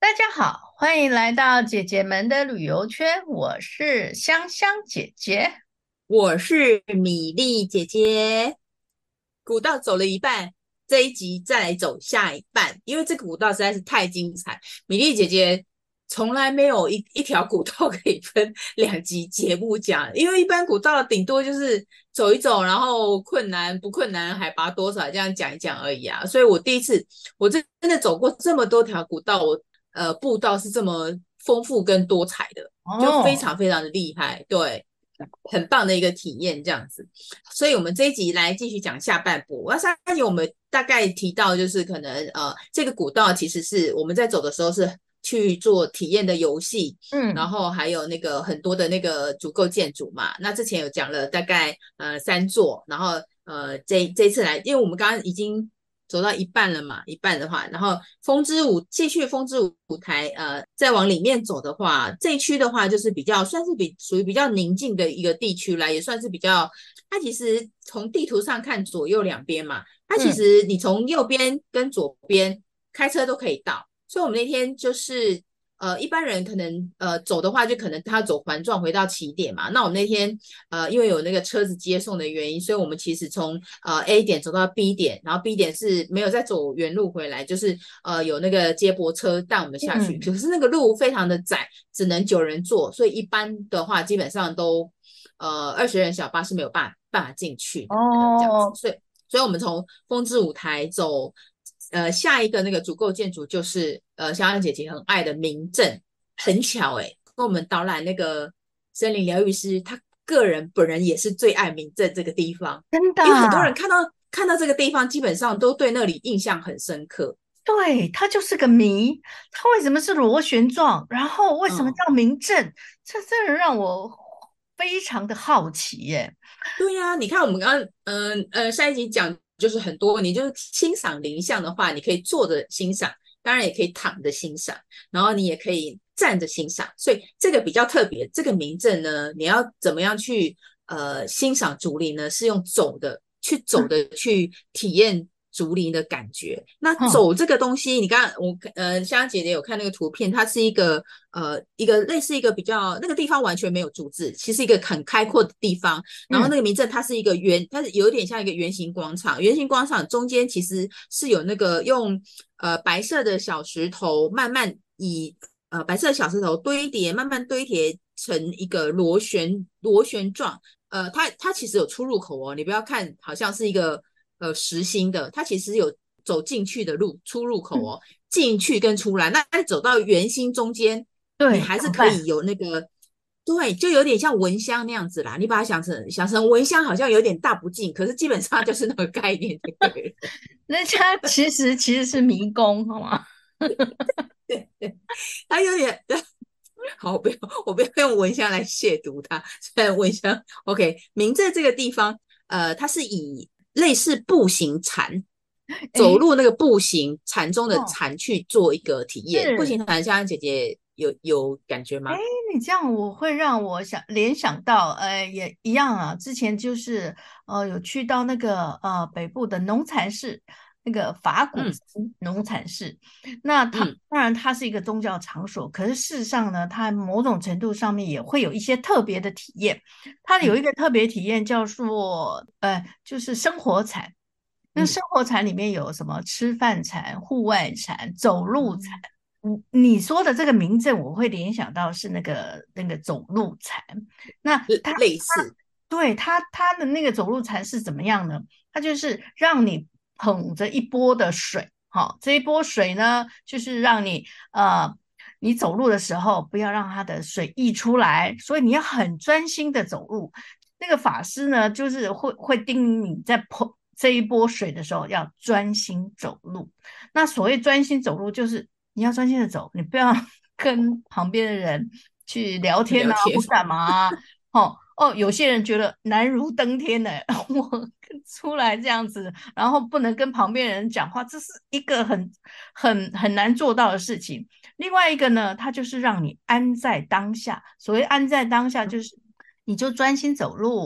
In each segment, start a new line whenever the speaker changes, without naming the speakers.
大家好，欢迎来到姐姐们的旅游圈，我是香香姐姐。
我是米粒姐姐。古道走了一半，这一集再来走下一半，因为这个古道实在是太精彩。米粒姐姐从来没有一条古道可以分2集节目讲，因为一般古道顶多就是走一走，然后困难不困难，海拔多少这样讲一讲而已啊。所以我第一次，我真的走过这么多条古道，步道是这么丰富跟多彩的，就非
哦，
常非常的厉害，对。很棒的一个体验，这样子。所以，我们这一集来继续讲下半部。上一集我们大概提到，就是可能这个古道其实是我们在走的时候是去做体验的游戏，然
嗯，
后还有那个很多的那个足够建筑嘛。那之前有讲了大概3座，然后这一次来，因为我们刚刚已经走到一半了嘛，一半的话，然后继续风之舞台，再往里面走的话，这一区的话就是算是属于比较宁静的一个地区啦，也算是比较，它其实从地图上看左右两边嘛，它其
嗯，
实你从右边跟左边开车都可以到，所以我们那天就是一般人可能走的话，就可能他走环状回到起点嘛。那我们那天因为有那个车子接送的原因，所以我们其实从A 点走到 B 点，然后 B 点是没有再走原路回来，就是有那个接驳车带我们下去。
嗯，
可是那个路非常的窄，只能9人坐，所以一般的话基本上都20人小巴是没有办法进去的这样子。
哦，
所以我们从风之舞台走下一个那个主构建筑就是香香姐姐很爱的明镇，很巧跟我们导览那个森林疗愈师，他本人也是最爱明镇这个地方，
真的，
因为很多人看到这个地方，基本上都对那里印象很深刻。
对，它就是个谜，它为什么是螺旋状，然后为什么
嗯，
叫明镇？这真的让我非常的好奇耶。
对呀、你看我们刚刚上一集讲就是很多，你就是欣赏林相的话，你可以坐着欣赏，当然也可以躺着欣赏，然后你也可以站着欣赏。所以这个比较特别，这个名镇呢，你要怎么样去欣赏竹林呢？是用走的去体验竹林的感觉。那
哼，
走这个东西，你刚刚香香姐姐有看那个图片，它是一个类似一个比较那个地方完全没有竹子，其实一个很开阔的地方。然后
嗯
那个民政它是一个它是有点像一个圆形广场，圆形广场中间其实是有那个用白色的小石头慢慢白色的小石头堆叠，慢慢堆叠成一个螺旋状。它其实有出入口哦，你不要看好像是一个实心的，它其实有走进去的出入口
嗯，
哦，进去跟出来。那你走到圆心中间，你
对，
还
怎么办？
是可以有那个，对，就有点像蚊香那样子啦。你把它想成蚊香，好像有点大不敬，可是基本上就是那个概念就对了。
人家其实是迷宫，好吗？
对对，它有点好，我不要用蚊香来亵渎它。虽然蚊香 OK，明在这个地方，它是以类似步行禅。走
诶，
路那个步行禅中的
哦，
禅去做一个体验，步
是。
行禅，香香姐姐有感觉
哎，
吗？
你这样我会让我联想到，也一样啊。之前就是有去到那个北部的农禅寺，那个法鼓
嗯
山农禅寺。那它
嗯
当然它是一个宗教场所，可是事实上呢，它某种程度上面也会有一些特别的体验。它有
嗯
一个特别体验叫做就是生活禅。那
嗯，
生活禅里面有什么吃饭禅、户外禅、走路禅。
哦，
你说的这个名证，我会联想到是那个走路禅。那
类似，
对他的那个走路禅是怎么样呢？它就是让你捧着一波的水，好、这一波水呢，就是让你走路的时候不要让它的水溢出来，所以你要很专心的走路。那个法师呢，就是会叮咛你在捧这一波水的时候要专心走路。那所谓专心走路，就是你要专心的走，你不要跟旁边的人去聊天啊，
聊天，
或干嘛啊。哦，有些人觉得难如登天呢，我出来这样子，然后不能跟旁边人讲话，这是一个很难做到的事情。另外一个呢，它就是让你安在当下。所谓安在当下，就是你就专心走路，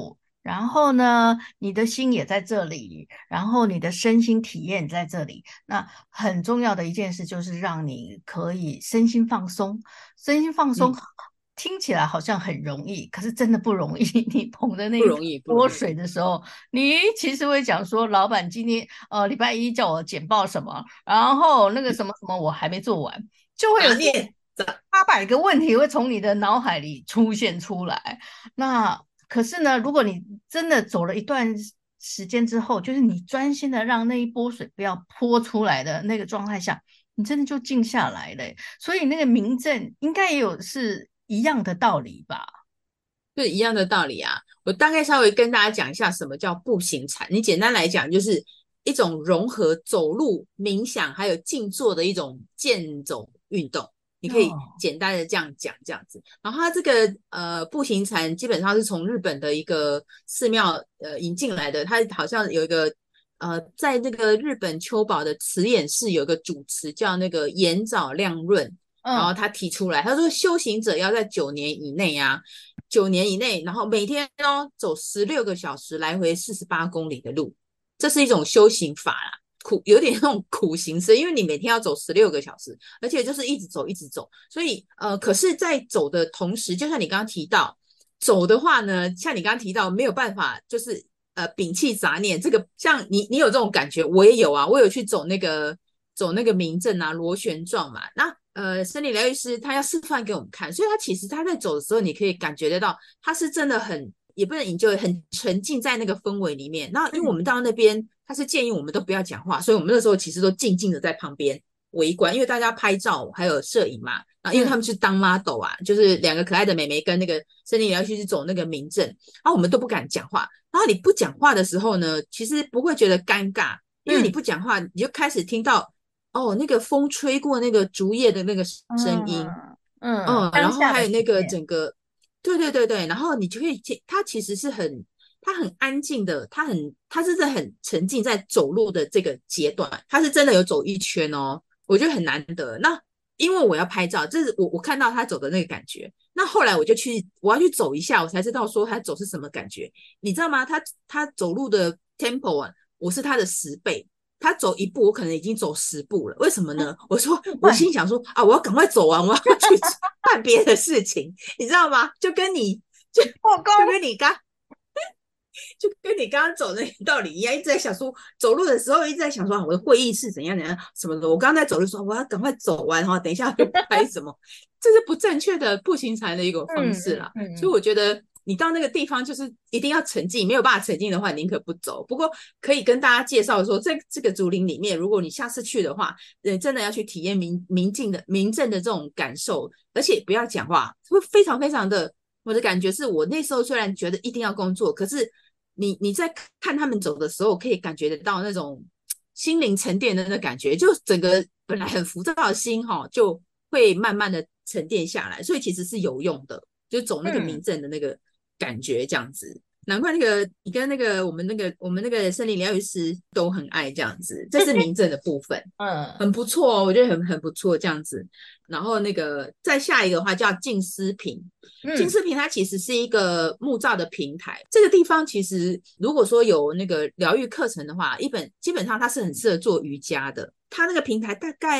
然后呢，你的心也在这里，然后你的身心体验在这里。那很重要的一件事就是让你可以身心放松，身心放松。
嗯，
听起来好像很容易，可是真的不容易。你捧着那一
不容易，不容易。
锅水的时候，你其实会讲说，老板今天礼拜一叫我简报什么，然后那个什么什么我还没做完，就会有这
念
800个问题会从你的脑海里出现出来。那可是呢，如果你真的走了一段时间之后，就是你专心的让那一波水不要泼出来的那个状态下，你真的就静下来了。所以那个明证应该也有是一样的道理吧？
是一样的道理啊。我大概稍微跟大家讲一下什么叫步行禅。你简单来讲，就是一种融合走路、冥想还有静坐的一种健走运动。你可以
哦，
简单的这样讲，这样子。然后它这个步行禅基本上是从日本的一个寺庙引进来的。它好像有一个在那个日本秋保的慈眼寺有一个主持叫那个岩沼亮润，然后
嗯
他提出来，他说修行者要在9年以内啊，9年以内，然后每天走16个小时，来回48公里的路，这是一种修行法啦。有点那种苦行僧，因为你每天要走16个小时，而且就是一直走一直走，所以可是，在走的同时，就像你刚刚提到，走的话呢，像你刚刚提到没有办法，就是摒弃杂念，这个像你有这种感觉，我也有啊，我有去走那个明证啊，螺旋状嘛，那森林疗愈师他要示范给我们看，所以他其实他在走的时候，你可以感觉得到，他是真的很也不能引咎，很沉浸在那个氛围里面。那因为我们
嗯
到那边，他是建议我们都不要讲话，所以我们那时候其实都静静的在旁边围观，因为大家拍照还有摄影嘛。然后因为他们
嗯
是当 model 啊，就是两个可爱的妹妹跟那个森林疗愈师走那个民政，然后我们都不敢讲话。然后你不讲话的时候呢，其实不会觉得尴尬，因为你
嗯
不讲话，你就开始听到那个风吹过那个竹叶的那个声音，然后
当下的
还有那个
体验。
整个，对对对对，然后你就会，它其实是它很安静的，它是在很沉浸在走路的这个阶段，它是真的有走一圈哦，我觉得很难得。那因为我要拍照，这是我看到他走的那个感觉。那后来我要去走一下，我才知道说他走是什么感觉，你知道吗？他走路的 tempo 啊，我是他的10倍。他走一步，我可能已经走10步了。为什么呢？我
换
心想说啊，我要赶快走完，我要去办别的事情，你知道吗？就
破功。
就跟你刚就跟你刚刚走的道理一样，一直在想说，走路的时候一直在想说，我的会议室怎样怎样什么的。我刚刚在走的时候，我要赶快走完哈，等一下就拍什么，这是不正确的步行禅的一个方
嗯
式啦。所以
嗯嗯
我觉得你到那个地方就是一定要沉浸，没有办法沉浸的话，宁可不走。不过可以跟大家介绍说，在这个竹林里面，如果你下次去的话，真的要去体验明正的这种感受，而且不要讲话，会非常非常的。我的感觉是我那时候虽然觉得一定要工作，可是你在看他们走的时候，可以感觉得到那种心灵沉淀的那个感觉，就整个本来很浮躁的心就会慢慢的沉淀下来，所以其实是有用的，就走那个
嗯
明正的那个感觉这样子。难怪那个你跟那个我们那个森林疗愈师都很爱这样子，这是明正的部分。很
嗯
不错哦，我觉得很不错这样子。然后那个再下一个的话叫静思平，静
嗯
思平它其实是一个木造的平台。这个地方其实如果说有那个疗愈课程的话，基本上它是很适合做瑜伽的。它那个平台大概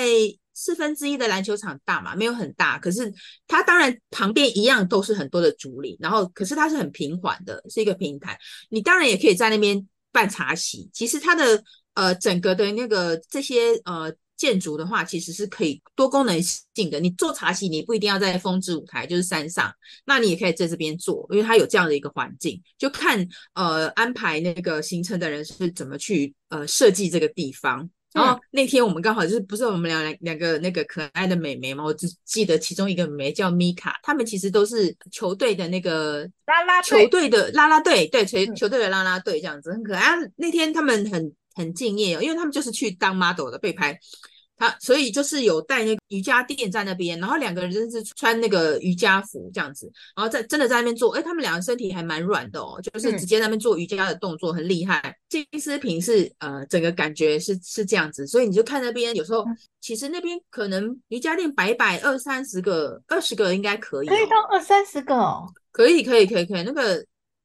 1/4的篮球场大嘛，没有很大，可是它当然旁边一样都是很多的竹林，然后可是它是很平缓的，是一个平台。你当然也可以在那边办茶席。其实它的整个的那个这些建筑的话，其实是可以多功能性的。你做茶席，你不一定要在风之舞台，就是山上，那你也可以在这边做，因为它有这样的一个环境。就看安排那个行程的人是怎么去设计这个地方。然
嗯，
后那天我们刚好就是不是我们两个那个可爱的美眉嘛，我只记得其中一个美眉叫米卡，她们其实都是球队的那个
啦啦队。
球队的啦啦队，对，
嗯
球队的啦啦队这样子很可爱。那天他们很敬业哦，因为他们就是去当 model 的被拍。所以就是有带那个瑜伽垫在那边，然后两个人真是穿那个瑜伽服这样子，然后真的在那边做，他们两个身体还蛮软的哦，就是直
嗯
接在那边做瑜伽的动作，很厉害。静思频是整个感觉是这样子，所以你就看那边有时候
嗯，
其实那边可能瑜伽垫摆20-30个，20个应该可以哦。
可以到20-30个哦。
可以，那个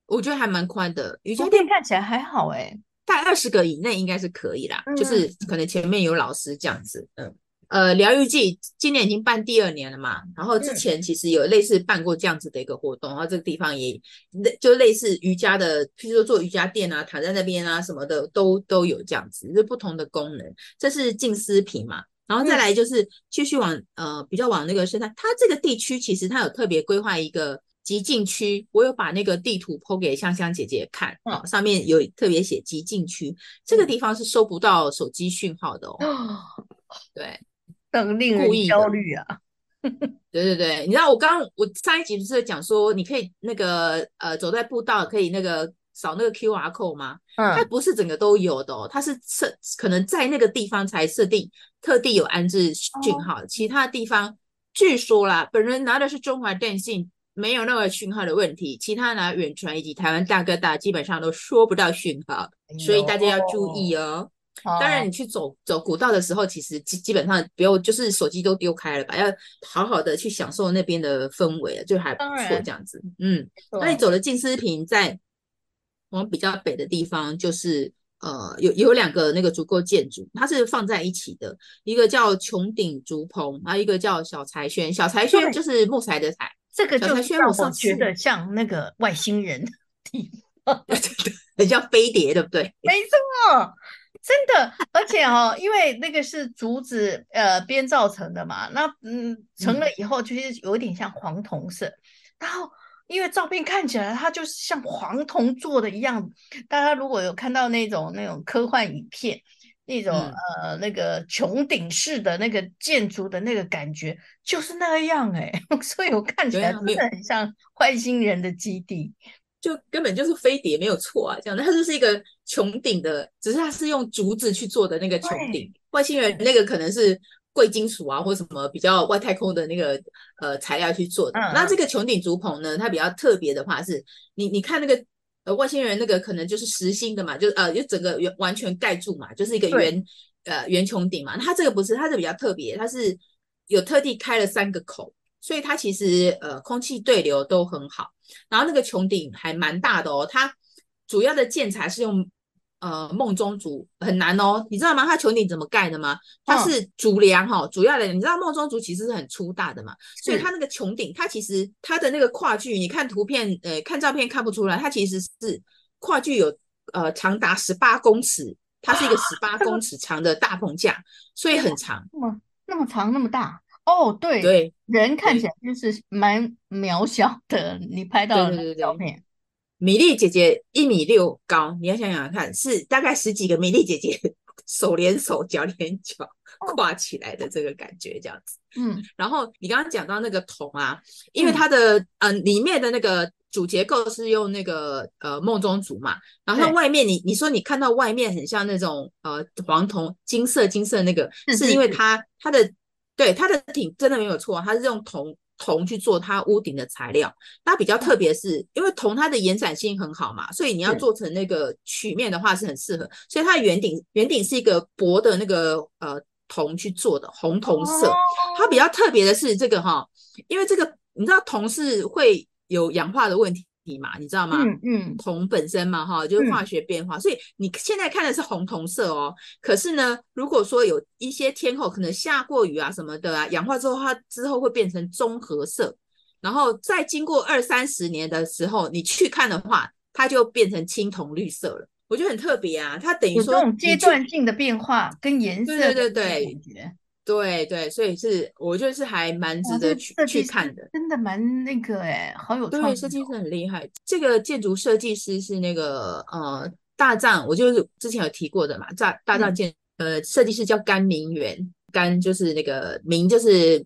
我觉得还蛮宽的，瑜
图
伽垫
片看起来还好
大概20个以内应该是可以啦，就是
嗯
可能前面有老师这样子，疗愈季今年已经办第2年了嘛，然后之
嗯
前其实有类似办过这样子的一个活动，然后这个地方也就类似瑜伽的，譬如说做瑜伽垫啊，躺在那边啊什么的都有这样子，是不同的功能。这是静思频嘛，然后再
嗯
来就是继续往比较往那个生态，它这个地区其实它有特别规划一个极静区，我有把那个地图 po 给香香姐姐看，
嗯
上面有特别写极静区，这个
嗯，
地方是收不到手机讯号的哦，
哦，
对，
更令人
故意的。
焦虑啊！
对对对，你知道我上一集不是讲说你可以那个走在步道可以那个扫那个 QR code 吗？它
嗯
不是整个都有的哦，它是可能在那个地方才设定特地有安置讯
哦，
号，其他地方据说啦，本人拿的是中华电信，没有那个讯号的问题，其他拿远传以及台湾大哥大基本上都收不到讯号，
哎
所以大家要注意
呦，
哦。当然，
哦，
你去走古道的时候，其实基本上不用，就是手机都丢开了吧，要好好的去享受那边的氛围，就还不
当然，
错这样子。嗯，
没错，
那你走了静思坪，在往比较北的地方，就是有2个那个足构建筑，它是放在一起的，一个叫穹顶竹棚，还有一个叫小财轩。小财轩就
对，
是木材的材，
这个就是
小财轩我
让我觉
上次
得像那个外星人的地方。
很像飞碟，对不对？
没错，真的，而且因为那个是竹子编造成的嘛，那成了
嗯
以后就是有一点像黄铜色，然后因为照片看起来它就是像黄铜做的一样，大家如果有看到那种科幻影片，那种
嗯，
那个穹顶式的那个建筑的那个感觉就是那样所以我看起
对啊，
来真的很像外星人的基地。
就根本就是飞碟没有错啊，这样的，它就是一个穹顶的，只是它是用竹子去做的那个穹顶，
对，
外星人那个可能是贵金属啊，或什么比较外太空的那个材料去做的。那这
嗯嗯，
个穹顶竹棚呢，它比较特别的话是，你看那个外星人那个可能就是实心的嘛，就整个完全盖住嘛，就是一个
对，
圆穹顶嘛。它这个不是，它这比较特别，它是有特地开了3个口，所以它其实空气对流都很好。然后那个穹顶还蛮大的哦，它主要的建材是用梦中竹，很难哦，你知道吗？它穹顶怎么盖的吗？它
嗯，
是竹梁哈、主要的，你知道梦中竹其实是很粗大的嘛，所以它
是。
那个穹顶，它其实它的那个跨距，你看图片看照片看不出来，它其实是跨距有长达18公尺，它是一个18公尺长的大棚架，所以
天哪，
很长。
那么长那么大哦，对，
对
人看起
对
来就是蛮渺小的。你拍到
对
的那个
对对对，
照片，
米粒姐姐1.6米高，你要想想看，是大概十几个米粒姐姐手连手、脚连脚
哦，
跨起来的这个感觉，这样子。
嗯
然后你刚刚讲到那个铜啊，因为
嗯，
它的里面的那个主结构是用那个梦中竹嘛，然后它
对，
外面你说你看到外面很像那种黄铜金色那个，是因为
是是是，
它的顶真的没有错，它是用铜去做它屋顶的材料。它比较特别是，因为铜它的延展性很好嘛，所以你要
是
做成那个曲面的话是很适合。所以它的圆顶是一个薄的那个铜去做的红铜色。它比
哦，
较特别的是这个哈，因为这个你知道铜是会有氧化的问题嘛，你知道吗？
嗯嗯
铜本身嘛，哈，就是化
嗯，
学变化，所以你现在看的是红铜色哦。可是呢，如果说有一些天候可能下过雨啊什么的啊，氧化之后，它之后会变成棕褐色，然后再经过20-30年的时候，你去看的话，它就变成青铜绿色了。我觉得很特别啊，它等于
有这
说
种阶
你去，
段性的变化跟颜
对对
色的那个
对对
感觉，
对对，所以我觉得是还蛮
哇，
值得
这个设计师
去看的。
真的蛮那个好有创
对，设计师
意哦。
很厉害。这个建筑设计师是那个大藏，我就是之前有提过的嘛，大藏
嗯，
设计师叫甘明元，甘就是那个明就是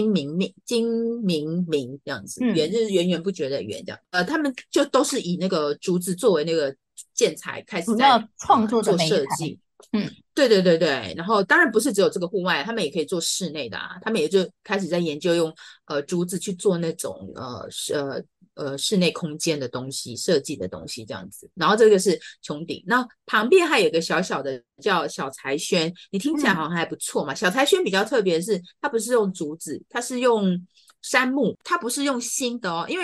金明明这样子，元
嗯，
就是源源不绝的源这样。他们就都是以那个竹子作为那个建材开始
主要
在
创作的
做
美材，
设计。
嗯
对对对对，然后当然不是只有这个户外，他们也可以做室内的啊，他们也就开始在研究用竹子去做那种室内空间的东西设计的东西这样子。然后这个是穹顶，那旁边还有一个小小的叫小财轩，你听起来好
嗯，
像还不错嘛。小财轩比较特别的是，它不是用竹子，它是用杉木，它不是用新的哦，因为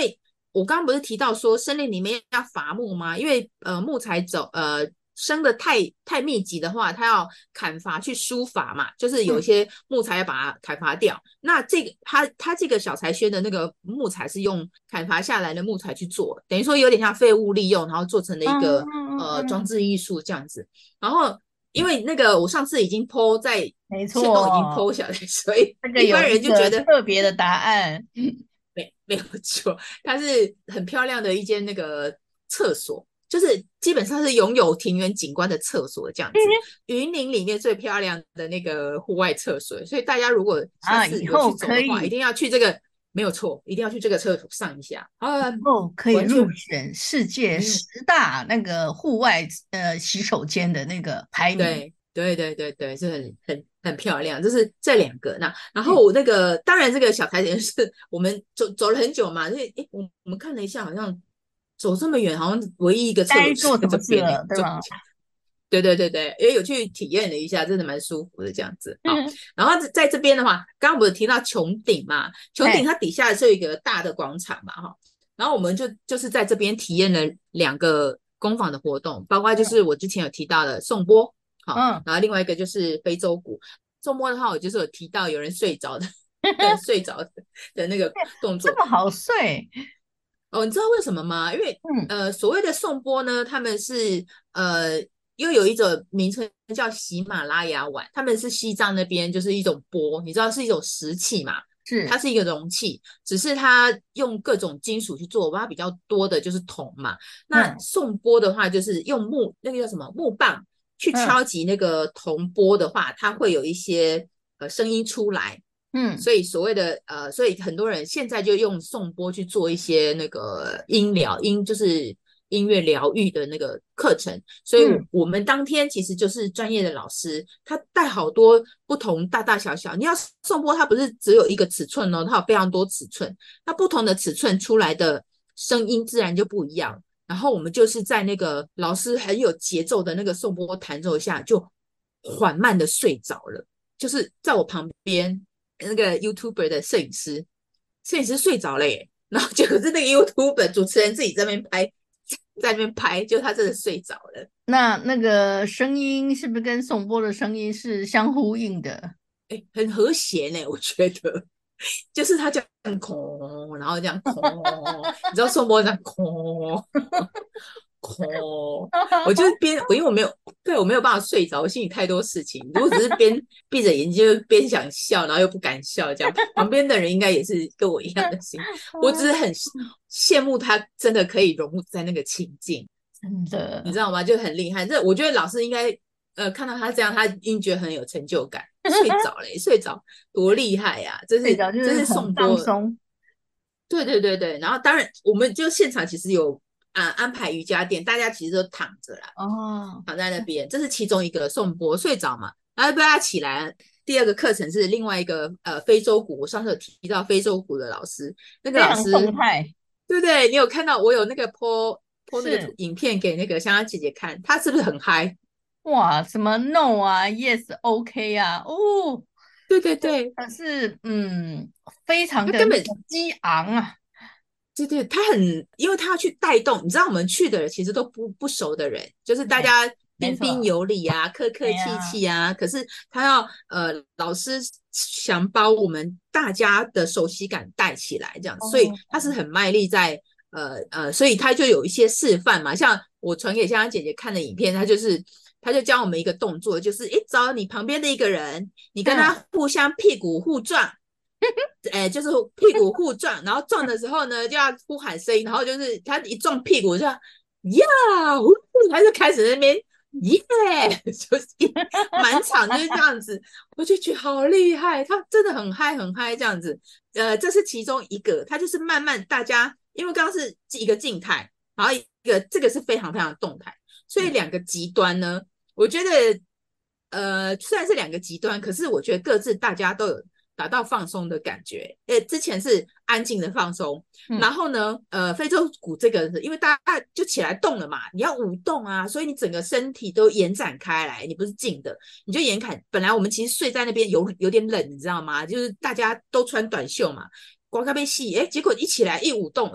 我刚刚不是提到说森林里面要伐木吗？因为木材生的太密集的话，它要砍伐去疏伐嘛，就是有一些木材要把它砍伐掉。那这个它这个小财轩的那个木材是用砍伐下来的木材去做，等于说有点像废物利用，然后做成了一个装置艺术这样子。然后因为那个我上次已经 po 在
没
线动已经
错，
po 下来，所以
这个
一般
有一个
人就觉得
特别的答案。
没有错，它是很漂亮的一间那个厕所，就是基本上是拥有庭园景观的厕所这样子。云林里面最漂亮的那个户外厕所，所以大家如果下
啊，
次有去
以后
走的话，一
可以，
定要去这个，没有错，一定要去这个厕所上一下啊，
以后可以
完全
入选世界
没有
10大那个户外洗手间的那个排名。
对，是很漂亮，就是这两个。那然
嗯，
后我那个当然这个小台点是我们走了很久嘛，所以我们看了一下，好像走这么远，好像唯一一个厕所是
该做什
在这边呢。
么事了，对吗？
对，也有去体验了一下，真的蛮舒服的这样子。好，
嗯，
然后在这边的话，刚刚不是提到穹顶嘛？穹顶
哎，
它底下是有一个大的广场嘛，哈。然后我们就是在这边体验了2个工坊的活动，包括就是我之前有提到的颂钵，好，
嗯，
然后另外一个就是非洲鼓。颂钵的话，我就是有提到有人睡着的，睡着的那个动作。
这么好睡。
哦，你知道为什么吗？因为
嗯，
所谓的颂钵呢，他们是又有一种名称叫喜马拉雅碗，他们是西藏那边就是一种钵，你知道是一种石器嘛，它
是，
是一个容器，只是它用各种金属去做，它比较多的就是铜嘛。那
嗯
颂钵的话，就是用那个叫什么木棒去
嗯
敲击那个铜钵的话，它会有一些声音出来。
嗯
所以所谓的所以很多人现在就用颂钵去做一些那个就是音乐疗愈的那个课程。所以
嗯
我们当天其实就是专业的老师，他带好多不同大大小小。你要颂钵，它不是只有一个尺寸哦，它有非常多尺寸，那不同的尺寸出来的声音自然就不一样。然后我们就是在那个老师很有节奏的那个颂钵弹奏下，就缓慢的睡着了。就是在我旁边那个 YouTuber 的摄影师睡着了耶，然后结果是那个 YouTuber 主持人自己在那边拍，在那边拍，就他真的睡着了。
那个声音是不是跟颂钵的声音是相呼应的？
很和谐呢，我觉得，就是他这样空，然后这样空，你知道宋波这样空空，我就是因为我没有办法睡着，我心里太多事情。如果只是边闭着眼睛就边想笑，然后又不敢笑，这样旁边的人应该也是跟我一样的心。我只是很羡慕他，真的可以融入在那个情境。
真的，
你知道吗？就很厉害。这我觉得老师应该看到他这样，他应觉得很有成就感。睡着嘞，睡着多厉害呀、
睡着就
这是
是很
颂钵，
放松。
对。然后当然我们就现场其实有安排瑜伽垫，大家其实都躺着啦，
哦，
躺在那边。这是其中一个颂钵睡着嘛，然后被他起来。第二个课程是另外一个非洲鼓，我上次有提到非洲鼓的老师，那个
非常动
老师
态。
对不对？你有看到我有那个 po 那个
是，
影片给那个香香姐姐看，她是不是很嗨？
哇，什么 no 啊，yes，OK 啊，哦，
对，
可是非常的
他根本
那个激昂啊。
对，他很，因为他要去带动，你知道我们去的人其实都不熟的人，就是大
对，
家
没错。
彬彬有礼啊，客
哎
客气
呀，
气啊，可是他要老师想把我们大家的熟悉感带起来，这样，所以
哦，
他是很卖力在所以他就有一些示范嘛，像我传给香香姐姐看的影片，他就教我们一个动作，就是找你旁边的一个人，你跟他
嗯，
互相屁股互撞。就是屁股互撞，然后撞的时候呢，就要呼喊声音，然后就是他一撞屁股就要呀，他就开始在那边耶，就是满场就是这样子，我就觉得好厉害，他真的很嗨很嗨这样子。这是其中一个，他就是慢慢大家，因为刚刚是一个静态，然后这个是非常非常动态，所以两个极端呢，我觉得虽然是两个极端，可是我觉得各自大家都有达到放松的感觉。之前是安静的放松，
嗯，
然后呢，非洲鼓这个因为大家就起来动了嘛，你要舞动啊，所以你整个身体都延展开来，你不是静的，你就延展。本来我们其实睡在那边有点冷，你知道吗？就是大家都穿短袖嘛，光咖啡戏，结果一起来一舞动，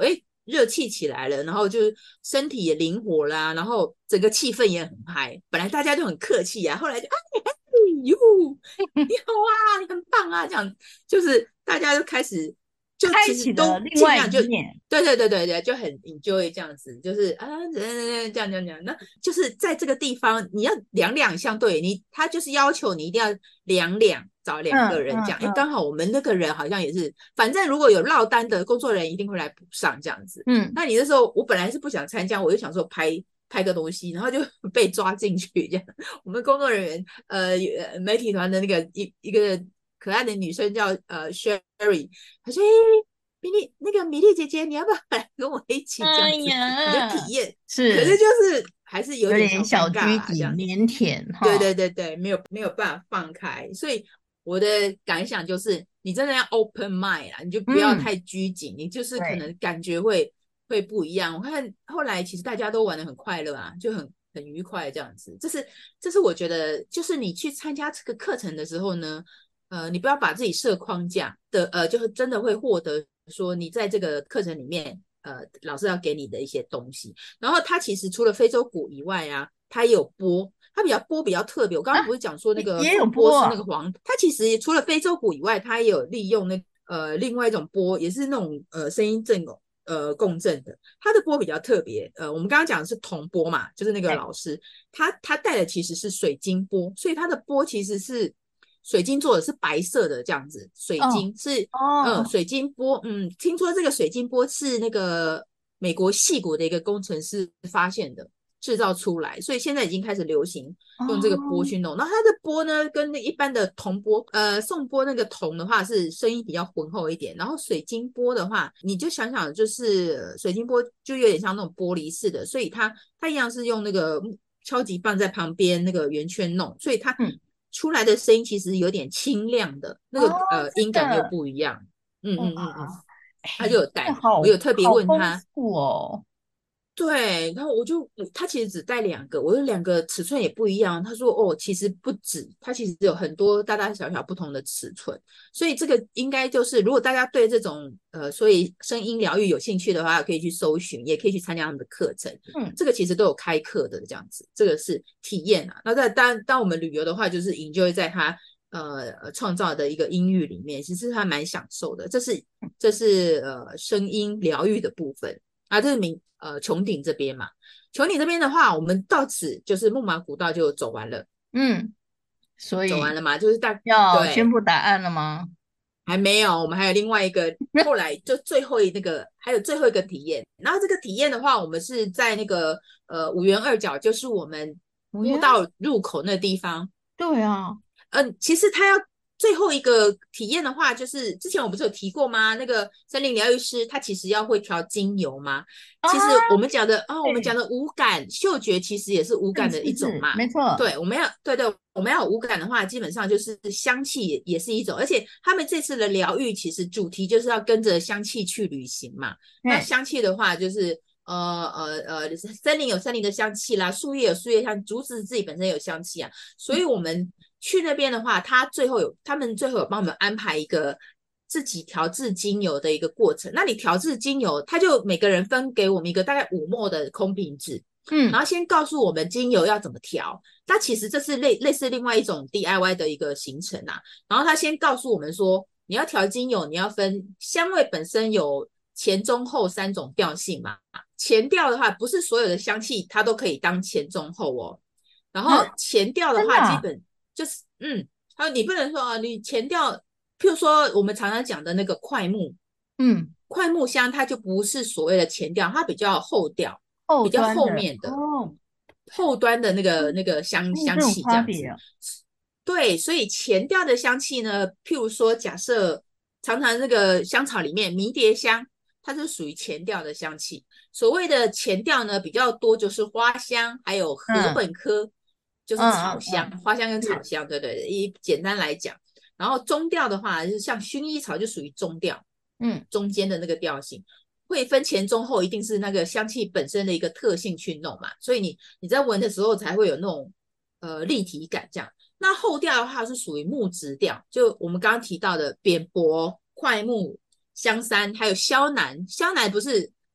热气起来了，然后就是身体也灵活啦，然后整个气氛也很嗨。本来大家就很客气啊，后来就哟，你好啊，你很棒啊，这样就是大家就开始就
开
其实都
启了另外一
尽量就
面。
对，就很 enjoy 这样子，就是啊这样，那就是在这个地方你要两相对，他就是要求你一定要找两个人这样，刚好我们那个人好像也是，反正如果有落单的工作人员一定会来补上这样子。那你那时候我本来是不想参加，我就想说拍个东西，然后就被抓进去这样。我们工作人员媒体团的那个一个可爱的女生叫Sherry， 她说米莉姐姐，你要不要来跟我一起这样子？你就体验，可是就是还是有点小尴尬啦，这样
腼腆
哈。对，没有办法放开，所以我的感想就是，你真的要 open mind 啦，你就不要太拘谨，你就是可能感觉会不一样。我看后来其实大家都玩得很快乐啊，就很愉快这样子。这是我觉得，就是你去参加这个课程的时候呢，你不要把自己设框架的，就真的会获得说你在这个课程里面，老师要给你的一些东西。然后它其实除了非洲鼓以外啊，它也有波。它比较特别，我刚刚不是讲说那个颂钵是那个它其实除了非洲鼓以外，它也有利用另外一种波，也是那种声音共振的。它的波比较特别，我们刚刚讲的是铜波嘛，就是那个老师他带的其实是水晶波，所以它的波其实是水晶做的，是白色的这样子。水晶是水晶波，听说这个水晶波是那个美国矽谷的一个工程师发现的。制造出来，所以现在已经开始流行用这个波去弄。然后它的波呢，跟那一般的铜波，颂钵那个铜的话是声音比较浑厚一点，然后水晶波的话，你就想想，就是水晶波就有点像那种玻璃似的，所以它一样是用那个敲击棒在旁边那个圆圈弄，所以它出来的声音其实有点清亮的，那个音感又不一样。他就有带，我有特别问他。对，然后他其实只带2个，我有2个尺寸也不一样。他说其实不止，他其实有很多大大小小不同的尺寸，所以这个应该就是如果大家对这种所以声音疗愈有兴趣的话，可以去搜寻，也可以去参加他们的课程。这个其实都有开课的这样子，这个是体验啊。那当我们旅游的话，就是 enjoy 在他创造的一个音域里面，其实他蛮享受的。这是声音疗愈的部分啊，这是穹顶这边嘛。穹顶这边的话，我们到此就是木马古道就走完了。
所以
走完了嘛，就是
要宣布答案了吗？
还没有，我们还有另外一个，后来就还有最后一个体验。然后这个体验的话，我们是在那个五元二角，就是我们步道入口那地方。
对啊，
其实他要最后一个体验的话，就是之前我不是有提过吗？那个森林疗愈师他其实要会调精油吗？其实我们讲的五感嗅觉其实也是五感的一种嘛。
没错。
对，我们要有五感的话，基本上就是香气也是一种，而且他们这次的疗愈其实主题就是要跟着香气去旅行嘛。那香气的话就是森林有森林的香气啦，树叶有树叶香，竹子自己本身有香气啊，所以我们去那边的话，他们最后有帮我们安排一个自己调制精油的一个过程。那你调制精油，他就每个人分给我们一个大概5ml的空瓶子，然后先告诉我们精油要怎么调。那其实这是类似另外一种 DIY 的一个行程啊。然后他先告诉我们说，你要调精油，你要分香味本身有前中后3种调性嘛。前调的话，不是所有的香气它都可以当前中后哦。然后前调的话，基本就是还有你不能说你前调，譬如说我们常常讲的那个快木，快木香它就不是所谓的前调，它比较后调，比较后面的后端的那个香气这样子。对，所以前调的香气呢，譬如说假设常常那个香草里面迷迭香，它是属于前调的香气。所谓的前调呢，比较多就是花香，还有禾本科，就是草香，花香跟草香，对，简单来讲。然后中调的话，就是像薰衣草就属于中调，中间的那个调性。会分前中后，一定是那个香气本身的一个特性去弄嘛，所以你在闻的时候才会有那种立体感这样。那后调的话是属于木质调，就我们刚刚提到的扁柏、快木、香山，还有肖楠。肖楠不是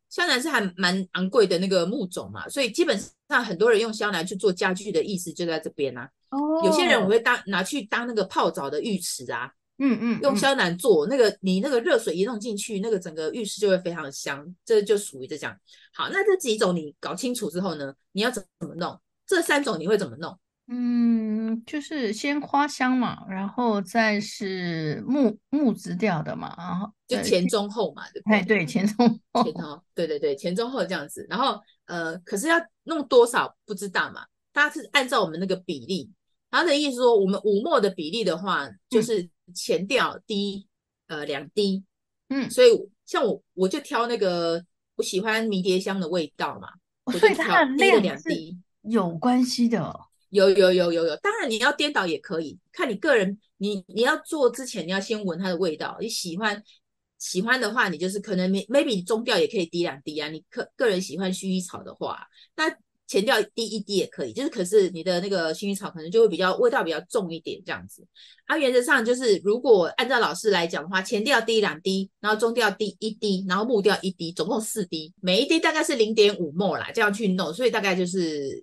肖楠是还蛮昂贵的那个木种嘛，所以基本上很多人用肖楠去做家具的意思就在这边啊。有些人我
哦，
会拿去当那个泡澡的浴池啊，
嗯嗯嗯
用肖楠做那个，你那个热水一弄进去，那个整个浴室就会非常香，这就属于这样。好，那这几种你搞清楚之后呢，你要怎么弄？这3种你会怎么弄？
嗯，就是先花香嘛，然后再是木质调的嘛，然后
就前中后嘛，对不
哎，
对？
对，前中后，
前后，对对对，前中后这样子。然后可是要弄多少不知道嘛，它是按照我们那个比例。他的意思说，我们五墨的比例的话，就
嗯
是前调滴2滴，
嗯，
所以像我就挑那个我喜欢迷迭香的味道嘛，我就
所以它的
滴了
量是
两滴。
有关系的哦。
有，当然你要颠倒也可以，看你个人，你要做之前你要先闻它的味道，你喜欢的话，你就是可能 maybe 中调也可以滴2滴啊，你个人喜欢薰衣草的话，那前调滴1滴也可以，就是可是你的那个薰衣草可能就会比较味道比较重一点这样子。啊，原则上就是如果按照老师来讲的话，前调滴2滴，然后中调滴1滴，然后木调1滴，总共4滴，每一滴大概是0.5 ml 啦，这样去弄，所以大概就是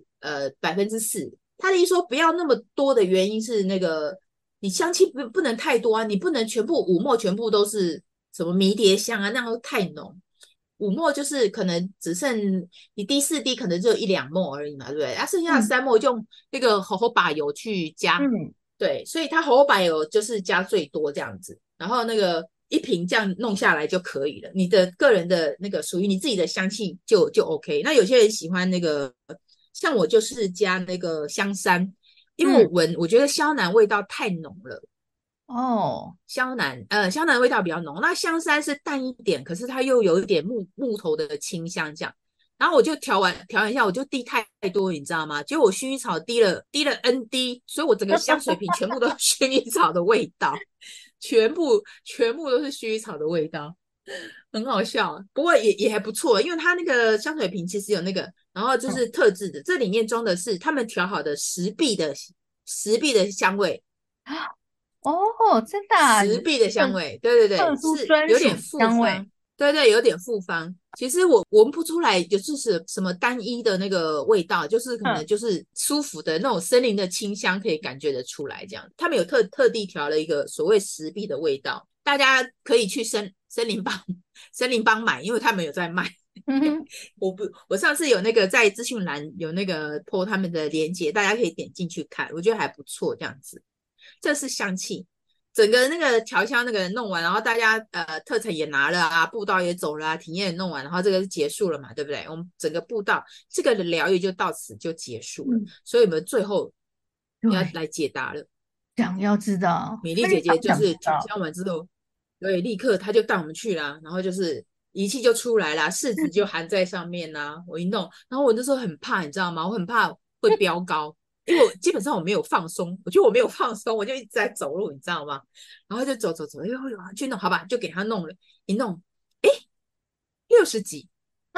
4%。他的意思说不要那么多的原因是那个你香气不能太多啊，你不能全部5 ml全部都是什么迷迭香啊，那样太浓。5 ml就是可能只剩你滴4滴，可能就1-2 ml而已嘛，对不对？啊，剩下的
嗯
3 ml就用那个猴猴把油去加，
嗯，
对，所以它猴猴把油就是加最多这样子，然后那个一瓶这样弄下来就可以了。你的个人的那个属于你自己的香气就 OK。那有些人喜欢那个，像我就是加那个香山，因为
嗯，
我觉得肖楠味道太浓了。
哦，
香楠味道比较浓，那香山是淡一点，可是它又有一点木头的清香这样。然后我就调一下，我就滴太多，你知道吗？结果我薰衣草滴了 N 滴，所以我整个香水瓶全部都是薰衣草的味道，全部都是薰衣草的味道，很好笑。不过也还不错，因为它那个香水瓶其实有那个，然后就
嗯，
是特制的，这里面装的是他们调好的石壁的香味，
哦，真的啊，
石壁的香
特
味，对对对，
特殊
是
专属
有点复
香味。
方，对对，有点复方。其实我闻不出来，就是什么单一的那个味道，就是可能
嗯，
就是舒服的那种森林的清香，可以感觉得出来。这样，他们有特地调了一个所谓石壁的味道，大家可以去森林帮买，因为他们有在卖。
嗯哼，
我上次有那个在资讯栏有那个 po 他们的链接，大家可以点进去看，我觉得还不错，这样子。这是香气，整个那个调香那个弄完，然后大家特产也拿了啊，步道也走了啊，体验也弄完，然后这个是结束了嘛，对不对？我们整个步道这个疗愈就到此就结束了，
嗯，
所以我们最后要
对，
来解答了。
想要知道，
米粒
非常
姐姐就
想知道。
是调香完之后，对，立刻她就带我们去啦，然后就是仪器就出来啦，试纸就含在上面啦，我一弄，然后我那时候很怕，你知道吗？我很怕会飙高，因为我基本上我没有放松，我觉得我没有放松，我就一直在走路，你知道吗？然后就走，哎呦，去弄，好吧，就给他弄了，一弄，哎，60几，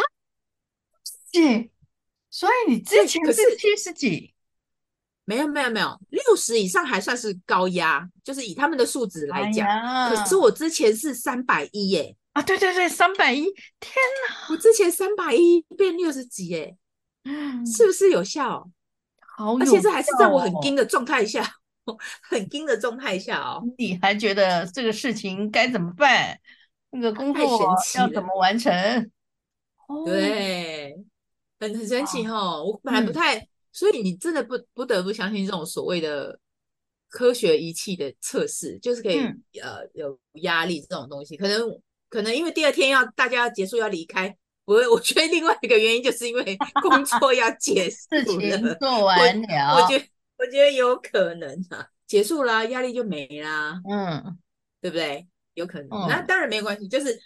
姐，所以你之
对，
前
可是
是70几？
没有，60以上还算是高压，就是以他们的数值来
哎
讲，可是
呀，
我之前是310耶。
啊，对对对，310，天
我之前310变60几，哎，
哪，嗯，
是不是有效？
好有
而且这还是在
效
我很惊
哦！
的状态下，很惊的状态下哦，
你还觉得这个事情该怎么办？那个工作
太神奇了，
要怎么完成？哦，
对，很神奇
啊，
哦。我本来不
嗯
太，所以你真的不得不相信这种所谓的科学仪器的测试，就是可以
嗯，
有压力这种东西，可能因为第二天大家要结束要离开，我觉得另外一个原因就是因为工作要结
事
束了，
情做
我
完了，
我觉得我觉得有可能啊，结束啦，压力就没啦，
嗯
对不对？有可能，那
嗯
当然没有关系，就是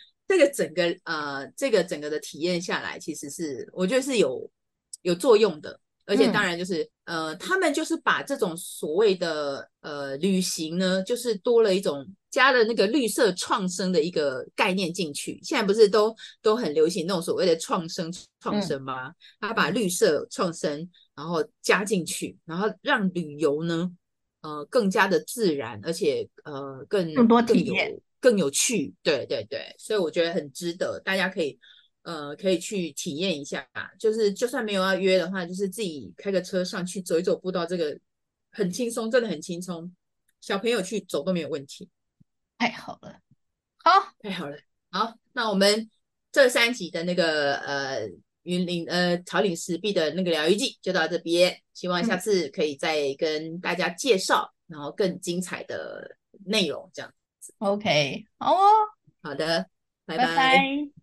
这个整个的体验下来，其实是我觉得是有作用的，而且当
嗯
然就是他们就是把这种所谓的旅行呢，就是多了一种加了那个绿色创生的一个概念进去。现在不是都很流行那种所谓的创生
嗯
吗？他把
嗯，
绿色创生然后加进去，然后让旅游呢更加的自然，而且更
更多体验。
更有趣，对对对，所以我觉得很值得，大家可以可以去体验一下，就是就算没有要约的话，就是自己开个车上去走一走步道，这个很轻松，真的很轻松，小朋友去走都没有问题。
太好了，好，
太好了，好，那我们这3集的那个云林草岭石壁的那个疗愈记就到这边，希望下
嗯
次可以再跟大家介绍，然后更精彩的内容，这样。
，OK，好哦，
好的，拜
拜
拜。
拜。